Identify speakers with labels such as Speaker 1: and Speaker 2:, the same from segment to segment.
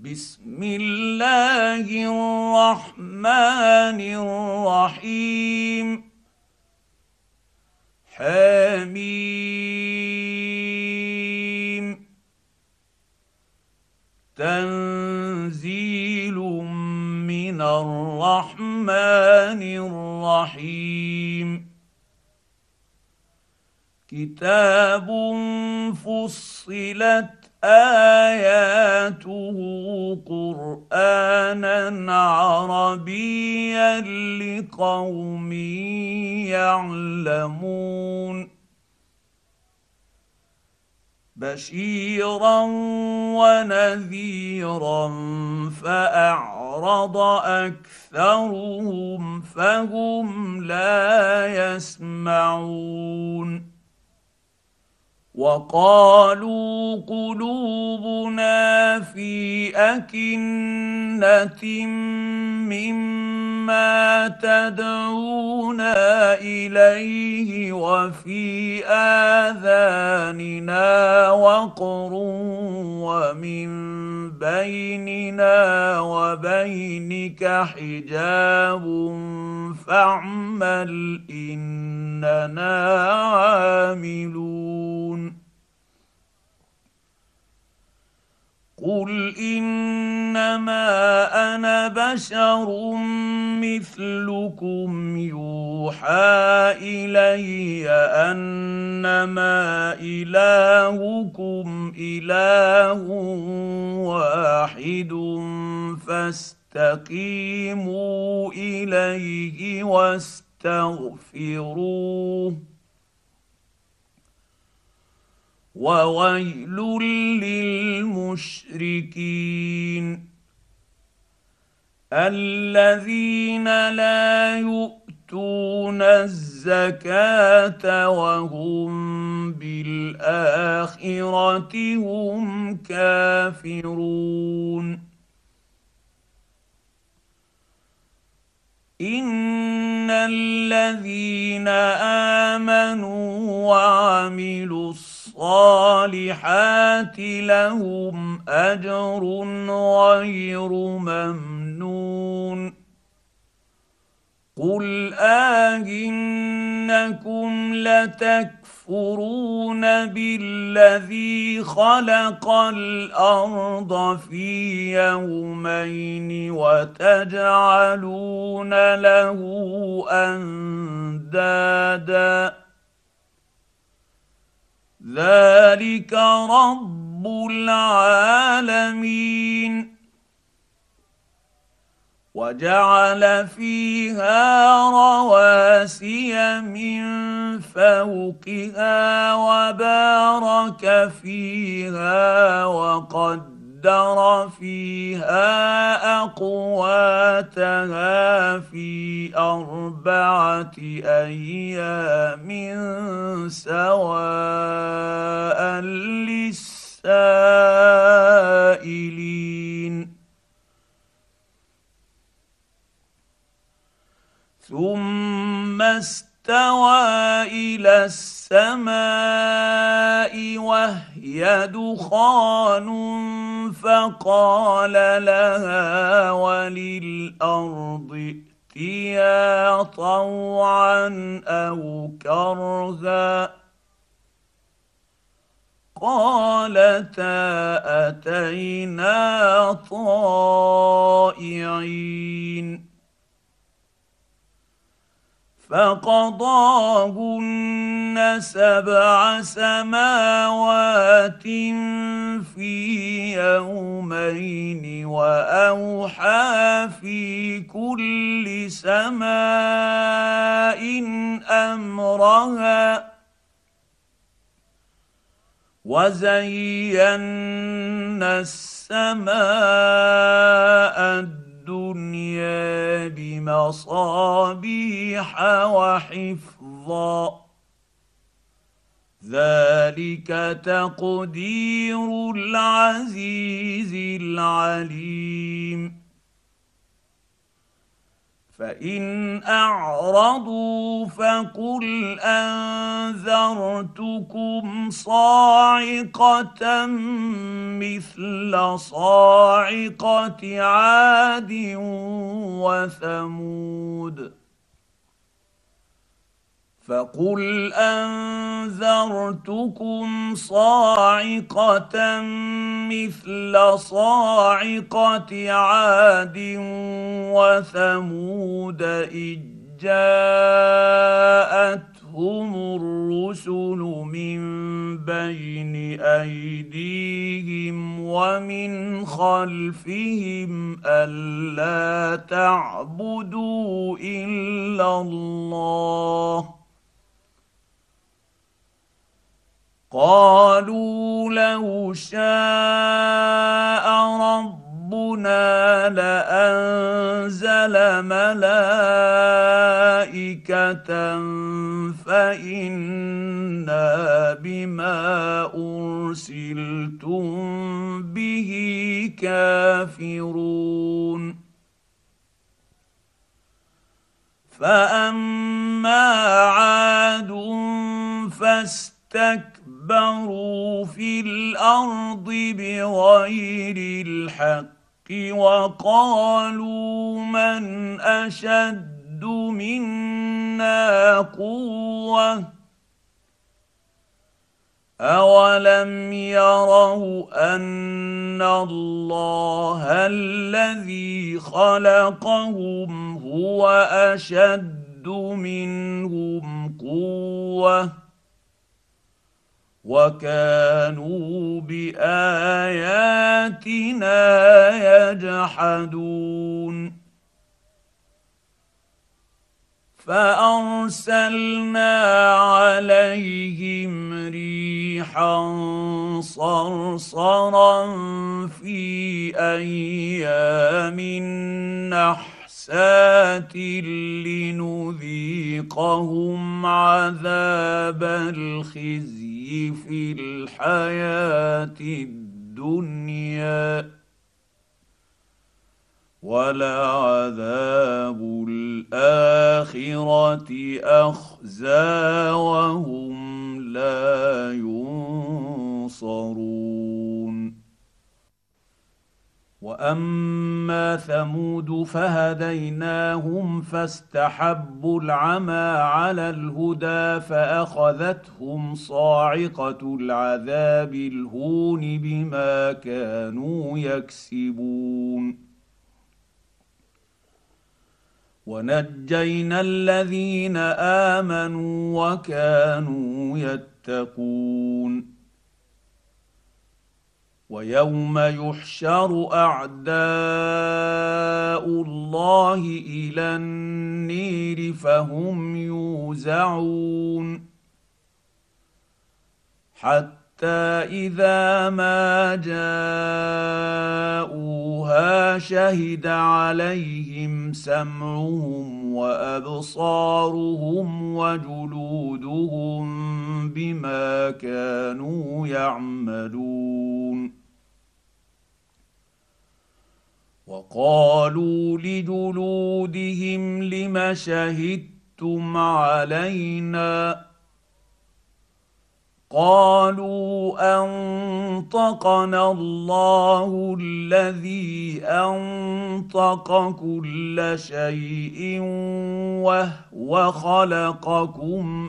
Speaker 1: بسم الله الرحمن الرحيم. حميم. تنزيل من الرحمن الرحيم. كتاب فصلت اياته قرانا عربيا لقوم يعلمون. بشيرا ونذيرا فاعرض اكثرهم فهم لا يسمعون. وقالوا قلوبنا في أكنة مما تدعونا إليه وفي آذاننا وقر ومن بيننا وبينك حجاب فاعمل إننا عاملون. قل انما انا بشر مثلكم يوحى الي انما الهكم اله واحد فاستقيموا اليه واستغفروه. وويل للمشركين الذين لا يؤتون الزكاه وهم بالاخره هم كافرون. ان الذين امنوا وعملوا الصالحات لهم اجر غير ممنون. قل انكم لتكفرون بالذي خلق الارض في يومين وتجعلون له اندادا ذلك رب العالمين. وجعل فيها رواسي من فوقها وبارك فيها وقدر فيها اقواتها في 4 ايام سواء للسائلين. ثم استوى الى السماء وهي دخان فقال لها وللارض ائتيا طوعا او كرها قالتا اتينا طائعين. فقضاهن 7 سماوات في يومين واوحى في كل سماء امرها وزينا السماء الدنيا بمصابيح وحفظا ذلك تقدير العزيز العليم. فان اعرضوا فقل انذرتكم صاعقه مثل صاعقه عاد وثمود فقل انذرتكم صاعقه مثل صاعقه عاد وثمود اذ جاءتهم الرسل من بين ايديهم ومن خلفهم الا تعبدوا الا الله قالوا لو شاء ربنا لانزل ملائكه فانا بما ارسلتم به كافرون فاما عاد فاستكبروا في الارض بغير الحق وقالوا من اشد منا قوه اولم يروا ان الله الذي خلقهم هو اشد منهم قوه وكانوا باياتنا يجحدون فارسلنا عليهم ريحا صرصرا في ايام نحسات لنذيقهم عذاب الخزي في الحياه الدنيا ولعذاب الاخره اخزى وهم لا ينصرون واما ثمود فهديناهم فاستحبوا العمى على الهدى فاخذتهم صاعقه العذاب الهون بما كانوا يكسبون ونجينا الذين امنوا وكانوا يتقون ويوم يحشر اعداء الله الى النير فهم يوزعون حتى اذا ما جاءوها شهد عليهم سمعهم وابصارهم وجلودهم بما كانوا يعملون وقالوا لجلودهم لم شهدتم علينا قالوا انطقنا الله الذي انطق كل شيء وهو خلقكم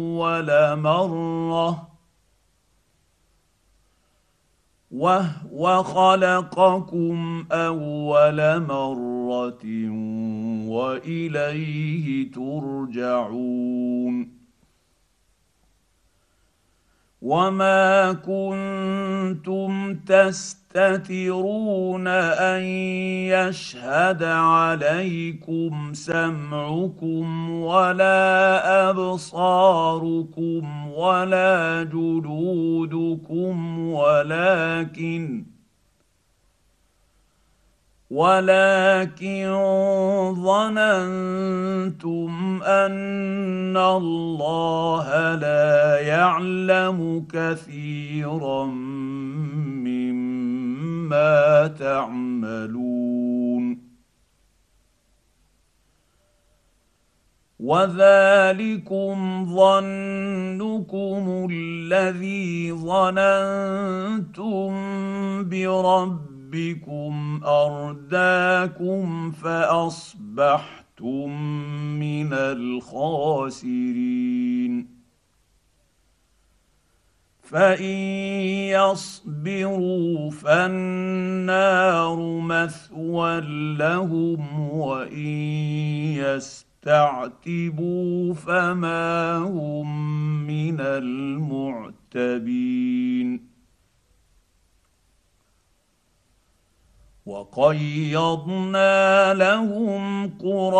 Speaker 1: اول مره واليه ترجعون وما كنتم تستترون ان يشهد عليكم سمعكم ولا ابصاركم ولا جلودكم ولكن ظننتم ان الله لا يعلم كثيرا مما تعملون وذلكم ظنكم الذي ظننتم بربكم ارداكم فاصبحتم من الخاسرين فان يصبروا فالنار مثوى لهم وان يستعتبوا فما هم من المعتبين وقيضنا لهم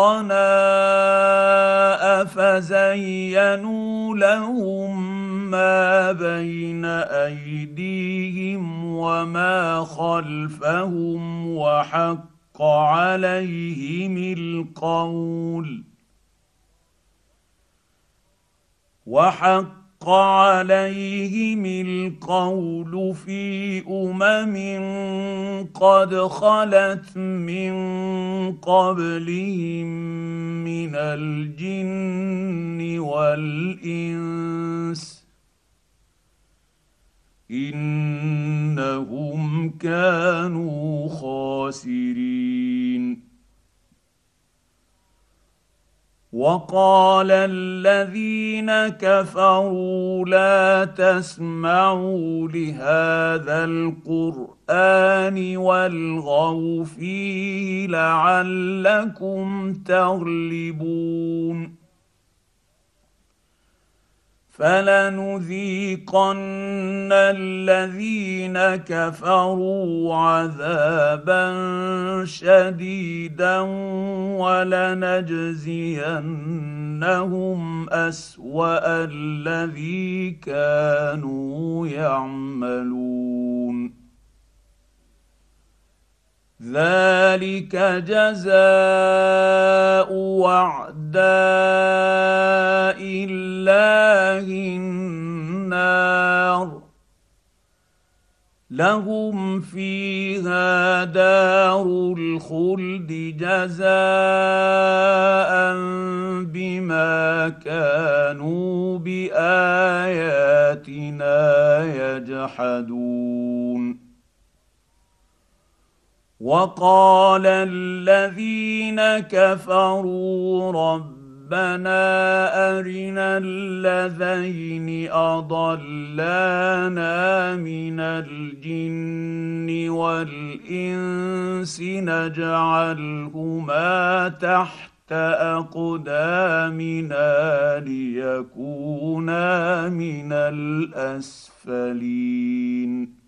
Speaker 1: قرناء فزينوا لهم ما بين ايديهم وما خلفهم وحق عليهم القول في قد خلت من قبلهم من الجن والانس انهم كانوا خاسرين وقال الذين كفروا لا تسمعوا لهذا القرآن والغوا فيه لعلكم تغلبون فلنذيقن الذين كفروا عذابا شديدا ولنجزينهم اسوا الذي كانوا يعملون ذلك جزاء اعداء الله النار لهم فيها دار الخلد جزاء بما كانوا باياتنا يجحدون وقال الذين كفروا ربنا أرنا الذين أضلانا من الجن والإنس نجعلهما تحت أقدامنا ليكونا من الأسفلين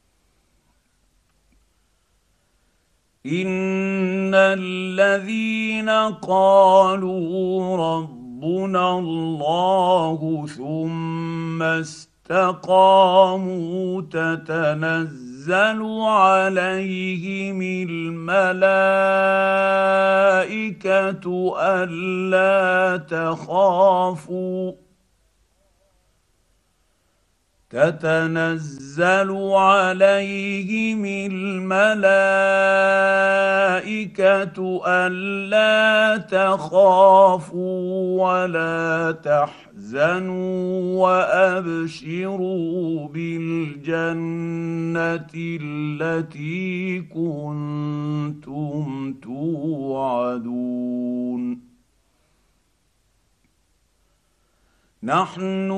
Speaker 1: ان الذين قالوا ربنا الله ثم استقاموا تتنزل عليهم الملائكه الا تخافوا تتنزل عليهم الملائكة ألا تخافوا ولا تحزنوا وأبشروا بالجنة التي كنتم توعدون نحن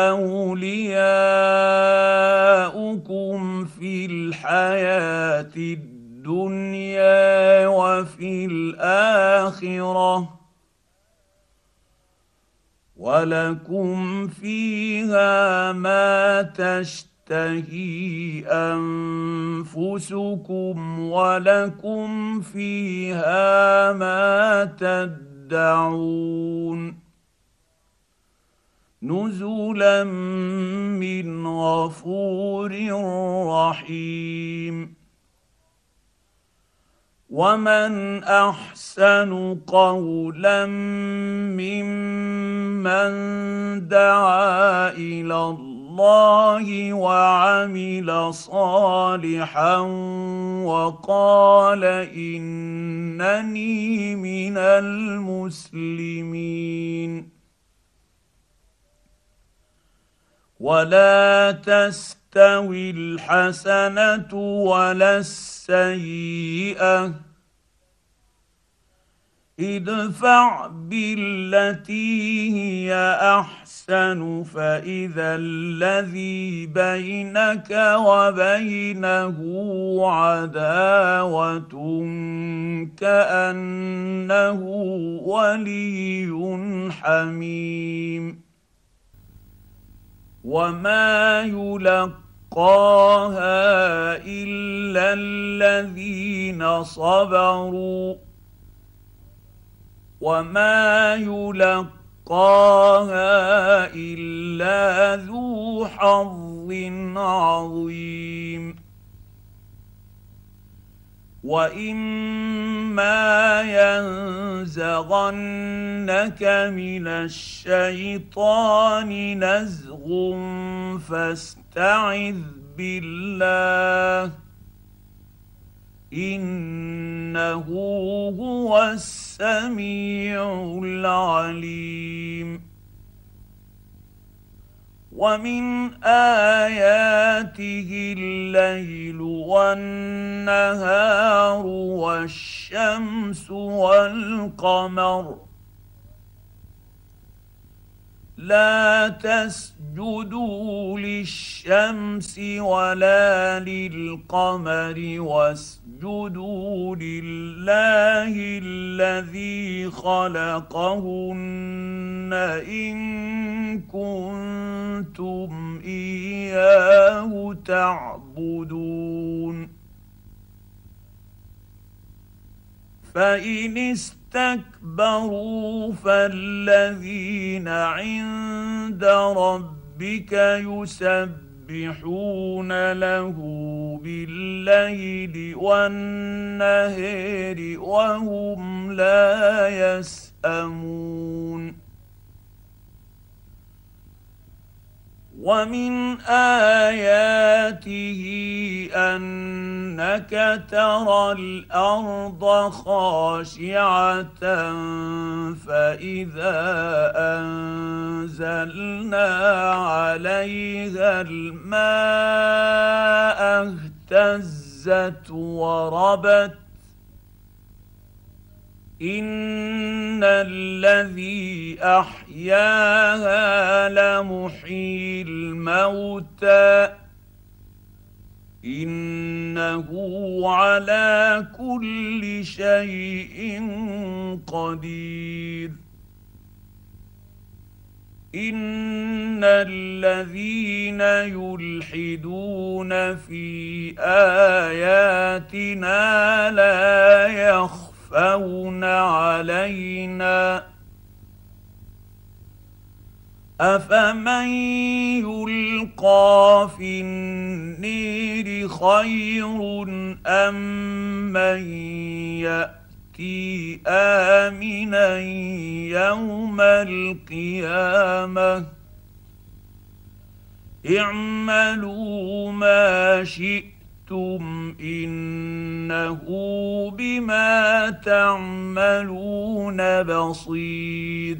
Speaker 1: أولياؤكم في الحياة الدنيا وفي الآخرة ولكم فيها ما تشتهي أنفسكم ولكم فيها ما تدعون نزلا من غفور رحيم ومن احسن قولا ممن دعا الى الله الله وعمل صالحا وقال انني من المسلمين. ولا تستوي الحسنه ولا السيئه، ادفع بالتي هي احسن فاذا الذي بينك وبينه عداوه كانه ولي حميم. وما يلقاها الا الذين صبروا وما يلقاها الا ذو حظ عظيم. واما ينزغنك من الشيطان نزغ فاستعذ بالله انه هو السميع العليم. ومن اياته الليل والنهار والشمس والقمر، لا تسجدوا للشمس ولا للقمر واسجدوا لله الذي خلقهن إن كنتم إياه تعبدون. فإن استكبروا فالذين عند ربك يسبحون له بالليل والنهار وهم لا يسأمون. ومن آياته أنك ترى الأرض خاشعة فإذا أنزلنا عليها الماء اهتزت وربت إن الذي أحياها لمحيي الموتى إنه على كل شيء قدير. إن الذين يلحدون في آياتنا لا يخفون علينا أفمن يلقى في النير خير أم من يأتي آمنا يوم القيامة اعملوا ما شئتم إنه بما تعملون بصير.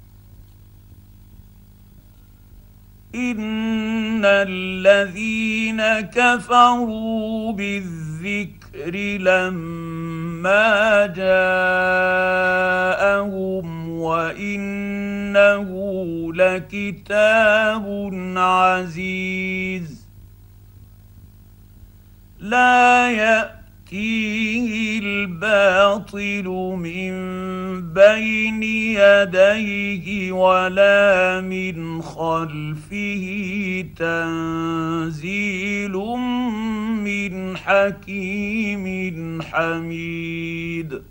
Speaker 1: إن الذين كفروا بالذكر لما جاءهم وإنه لكتاب عزيز لا يأتيه الباطل من بين يديه ولا من خلفه تنزيل من حكيم حميد.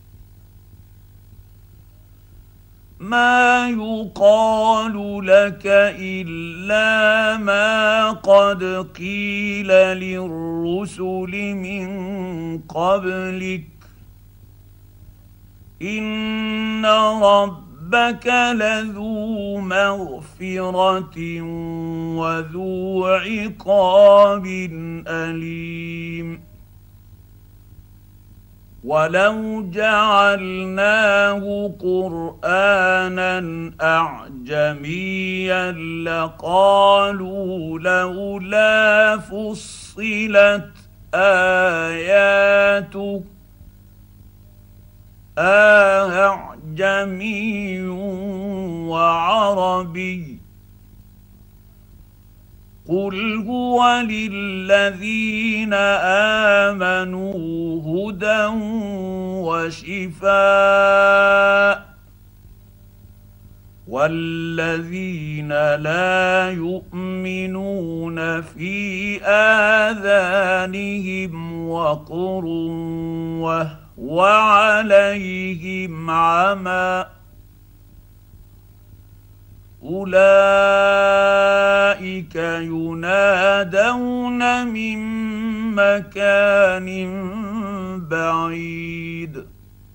Speaker 1: ما يقال لك إلا ما قد قيل للرسل من قبلك إن ربك ربك لذو مغفرة وذو عقاب أليم ولو جعلناه قرآنا أعجميا لقالوا لولا فصلت آياته أعجمي وعربي قل هو للذين آمنوا هدى وشفاء والذين لا يؤمنون في آذانهم وقر وهو عليهم عمى أولئك ينادون من مكان بعيد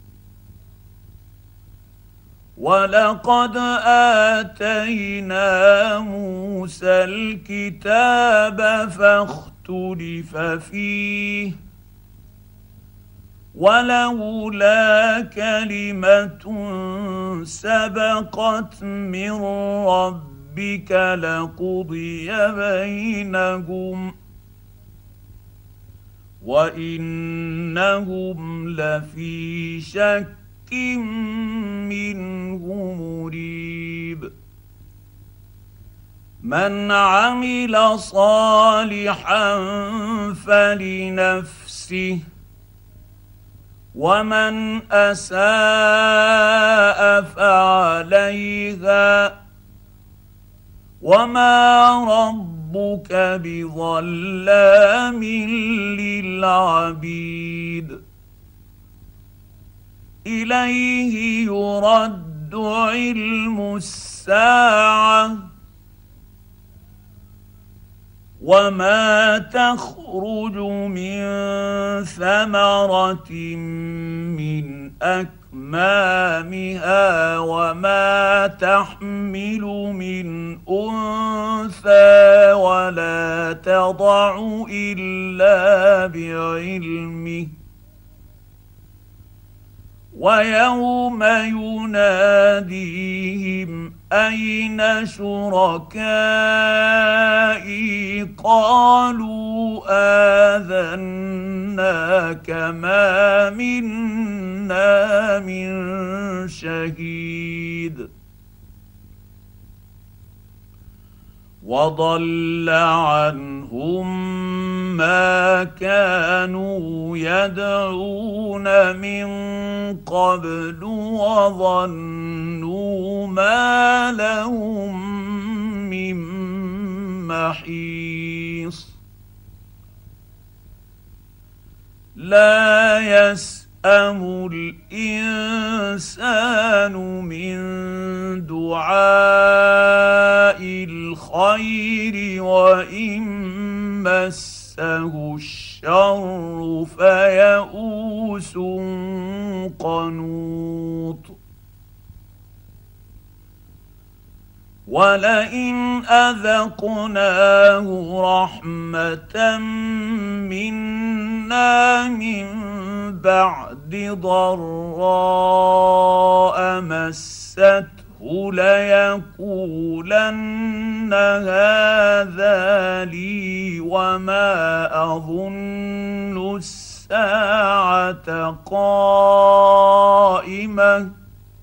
Speaker 1: ولقد آتينا موسى الكتاب فاختلف فيه ولولا كلمة سبقت من ربك لقضي بينهم وإنهم لفي شك منه مريب من عمل صالحا فلنفسه ومن أساء فعليها وما ربك بظلام للعبيد إليه يرد علم الساعة وما تخرج من ثمرة من أكمامها وما تحمل من أنثى ولا تضع إلا بعلمه ويوم يناديهم أين شركائي قالوا آذناك ما منا من شهيد وضل عنهم ما كانوا يدعون من قبل وظنوا ما لهم من محيص لا يسأم الإنسان من دعاء الخير وإن مسه الشر فيئوس قنوط ولئن أذقناه رحمة منا من بعد ضراء مسته ليقولن هذا لي وما أظن الساعة قائمة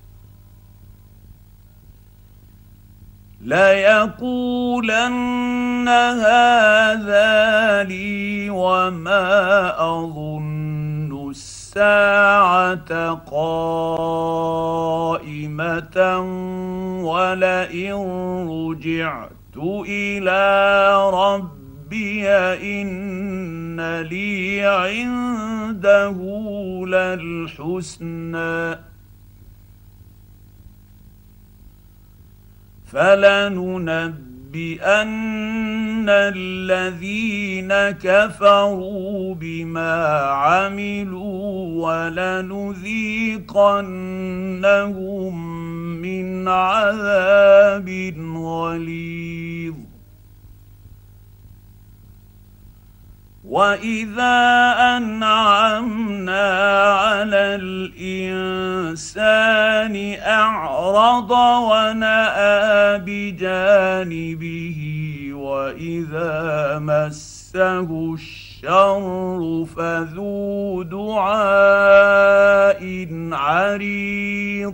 Speaker 1: ليقولن هذا لي وما أظن الساعة قائمة ولئن رجعت إلى ربي إن لي عنده للحسنى فلننبئن الذين كفروا بما عملوا ولنذيقنهم من عذاب غليظ. واذا انعمنا على الانسان اعرض وناى بجانبه واذا مسه الشر فذو دعاء عريض.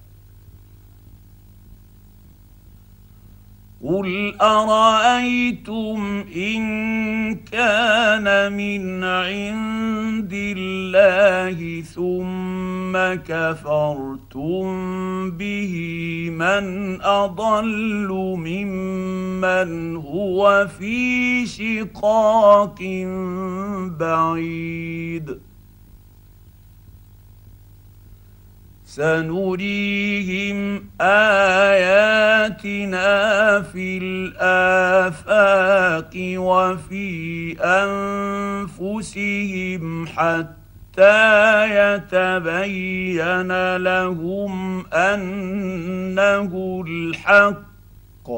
Speaker 1: قل ارايتم ان كان من عند الله ثم كفرتم به من اضل ممن هو في شقاق بعيد. سنريهم اياتنا في الافاق وفي انفسهم حتى يتبين لهم انه الحق.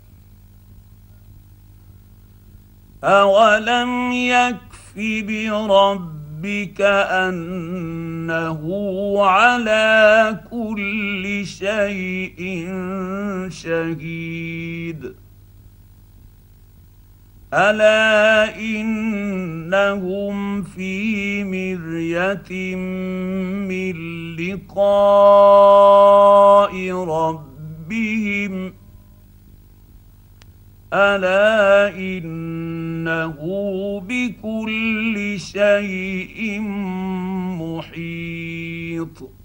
Speaker 1: اولم يكف بربك انه على كل شيء شهيد. الا انهم في مريه من لقاء ربهم الا انه بكل شيء محيط.